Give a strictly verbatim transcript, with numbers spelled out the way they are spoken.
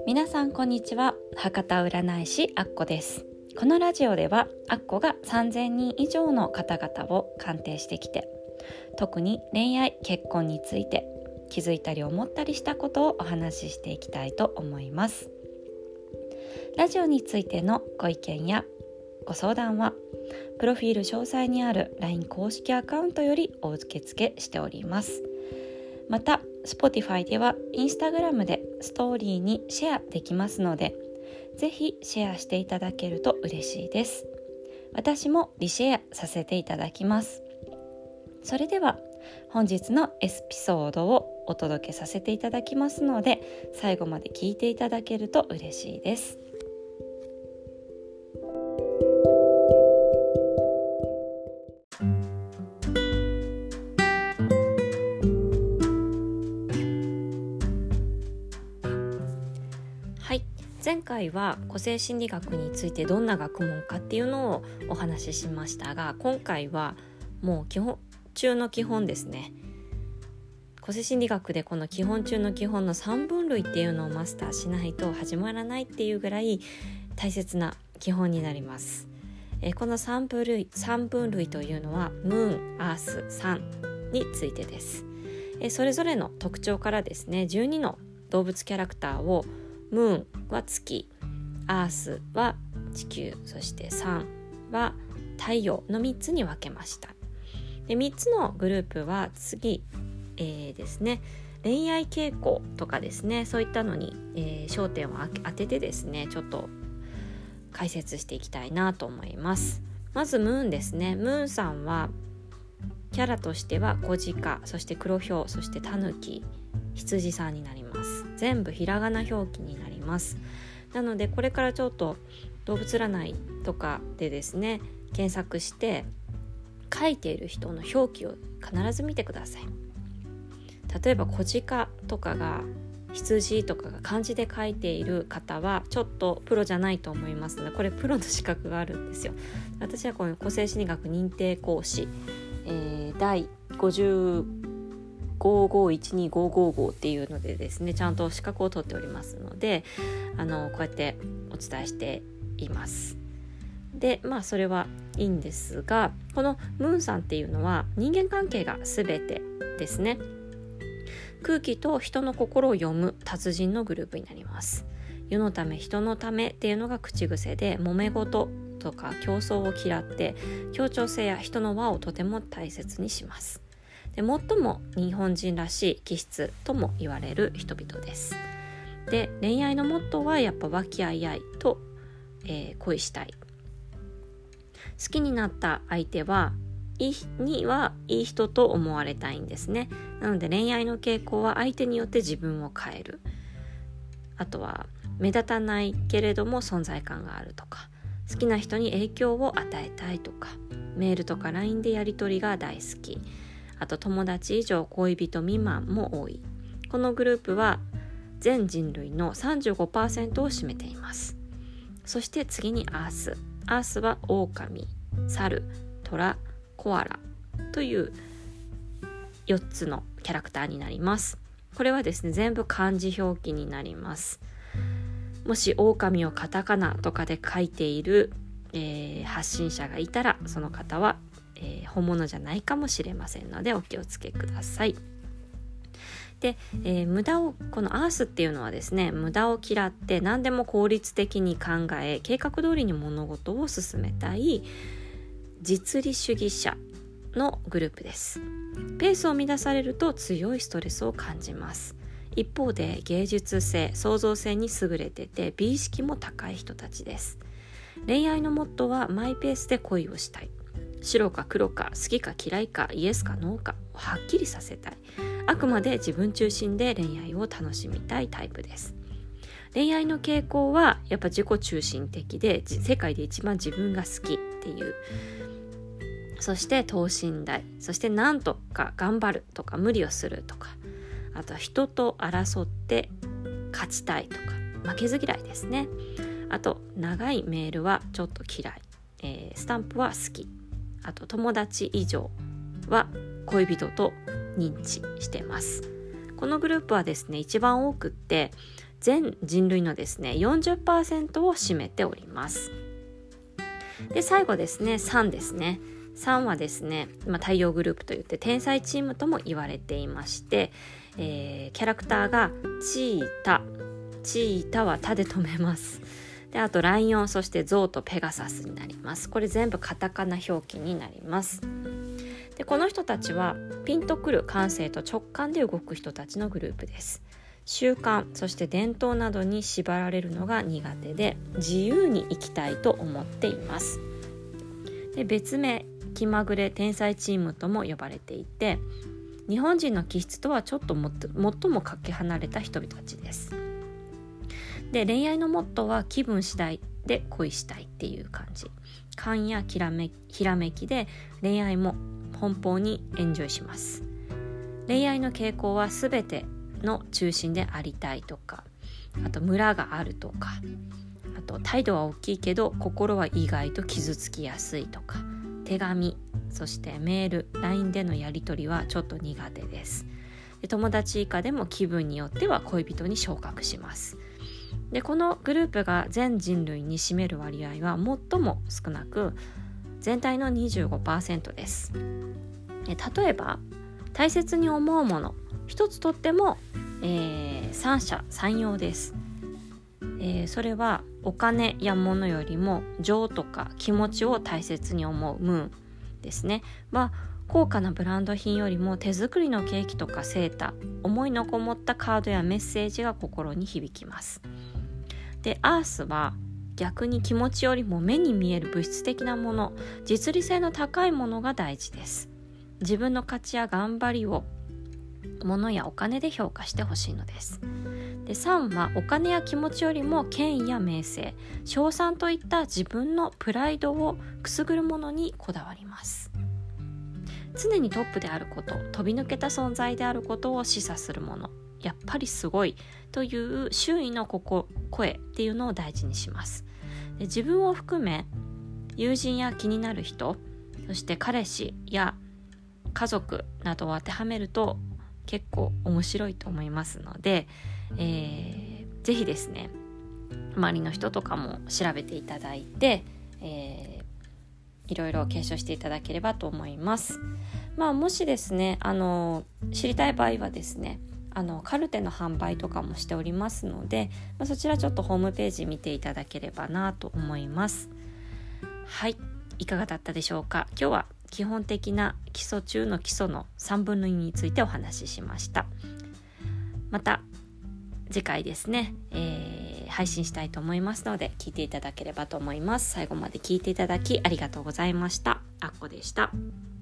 皆さんこんにちは。博多占い師アッコです。このラジオではアッコがさんぜんにん以上の方々を鑑定してきて、特に恋愛結婚について気づいたり思ったりしたことをお話ししていきたいと思います。ラジオについてのご意見やご相談はプロフィール詳細にある ライン 公式アカウントよりお受け付けしております。また Spotify では Instagram でストーリーにシェアできますので、ぜひシェアしていただけると嬉しいです。私もリシェアさせていただきます。それでは本日のエピソードをお届けさせていただきますので、最後まで聞いていただけると嬉しいです。前回は個性心理学についてどんな学問かっていうのをお話ししましたが、今回はもう基本中の基本ですね。個性心理学でこの基本中の基本のさんぶん類っていうのをマスターしないと始まらないっていうぐらい大切な基本になります。えこのさんぶん類、さんぶん類というのはムーン、アース、サンについてです。えそれぞれの特徴からですね、じゅうにの動物キャラクターをムーンは月、アースは地球、そしてサンは太陽のみっつに分けました。でみっつのグループは次、えー、ですね恋愛傾向とかですね、そういったのに、えー、焦点を当ててですね、ちょっと解説していきたいなと思います。まずムーンですね。ムーンさんはキャラとしては子鹿、そして黒ヒョウ、そしてタヌキ、羊さんになります。全部ひらがな表記になります。なのでこれからちょっと動物占いとかでですね検索して書いている人の表記を必ず見てください。例えば子鹿とかが羊とかが漢字で書いている方はちょっとプロじゃないと思いますので、これプロの資格があるんですよ。私はこの個性心理学認定講師、えー、第ごじゅうごごいちにごごごっていうのでですね、ちゃんと資格を取っておりますので、あのこうやってお伝えしています。でまあそれはいいんですが、このムーンさんっていうのは人間関係が全てですね。空気と人の心を読む達人のグループになります。世のため人のためっていうのが口癖で、揉め事とか競争を嫌って協調性や人の輪をとても大切にします。で最も日本人らしい気質とも言われる人々です。で恋愛のモットーはやっぱ和気あいあいと、えー、恋したい。好きになった相手はいいにはいい人と思われたいんですね。なので恋愛の傾向は相手によって自分を変える。あとは目立たないけれども存在感があるとか、好きな人に影響を与えたいとか、メールとか ライン でやり取りが大好き。あと友達以上恋人未満も多い。このグループは全人類の さんじゅうごパーセント を占めています。そして次にアース。アースは狼、猿、虎、コアラというよっつのキャラクターになります。これはですね全部漢字表記になります。もし狼をカタカナとかで書いている、えー、発信者がいたら、その方はえー、本物じゃないかもしれませんのでお気をつけください。で、えー、無駄をこのアースっていうのはですね、無駄を嫌って何でも効率的に考え計画通りに物事を進めたい実利主義者のグループです。ペースを乱されると強いストレスを感じます。一方で芸術性、創造性に優れてて美意識も高い人たちです。恋愛のモットーはマイペースで恋をしたい。白か黒か好きか嫌いかイエスかノーかをはっきりさせたい。あくまで自分中心で恋愛を楽しみたいタイプです。恋愛の傾向はやっぱ自己中心的で、世界で一番自分が好きっていう。そして等身大、そしてなんとか頑張るとか無理をするとか、あとは人と争って勝ちたいとか負けず嫌いですね。あと長いメールはちょっと嫌い、えー、スタンプは好き。あと友達以上は恋人と認知しています。このグループはですね一番多くって全人類のですね よんじゅっパーセント を占めております。で最後ですねさんですね。さんはですね、まあ、太陽グループといって天才チームとも言われていまして、えー、キャラクターがチータチータはタで止めます。であとライオン、そしてゾウとペガサスになります。これ全部カタカナ表記になります。でこの人たちはピンとくる感性と直感で動く人たちのグループです。習慣、そして伝統などに縛られるのが苦手で自由に生きたいと思っています。で別名気まぐれ天才チームとも呼ばれていて、日本人の気質とはちょっともっと最もかけ離れた人々たちです。で恋愛のモットーは気分次第で恋したいっていう感じ。勘やきらめひらめきで恋愛も奔放にエンジョイします。恋愛の傾向は全ての中心でありたいとか、あとムラがあるとか、あと態度は大きいけど心は意外と傷つきやすいとか、手紙、そしてメール、ライン でのやり取りはちょっと苦手です。で友達以下でも気分によっては恋人に昇格します。でこのグループが全人類に占める割合は最も少なく、全体の にじゅうごパーセント です。例えば大切に思うもの一つとっても、えー、三者三様です。えー、それはお金や物よりも情とか気持ちを大切に思うムーンですねは、高価なブランド品よりも手作りのケーキとかセーター、思いのこもったカードやメッセージが心に響きます。でアースは逆に気持ちよりも目に見える物質的なもの、実利性の高いものが大事です。自分の価値や頑張りを物やお金で評価してほしいのです。でさんはお金や気持ちよりも権威や名声、称賛といった自分のプライドをくすぐるものにこだわります。常にトップであること、飛び抜けた存在であることを示唆するもの、やっぱりすごいという周囲の声っていうのを大事にします。で自分を含め友人や気になる人、そして彼氏や家族などを当てはめると結構面白いと思いますので、えー、ぜひですね周りの人とかも調べていただいて、えー、いろいろ継承していただければと思います。まあもしですねあの知りたい場合はですねあのカルテの販売とかもしておりますので、まあ、そちらちょっとホームページ見ていただければなと思います。はい、いかがだったでしょうか。今日は基本的な基礎中の基礎のさんぶんのにについてお話ししました。また次回ですね、えー、配信したいと思いますので聞いていただければと思います。最後まで聞いていただきありがとうございました。あっこでした。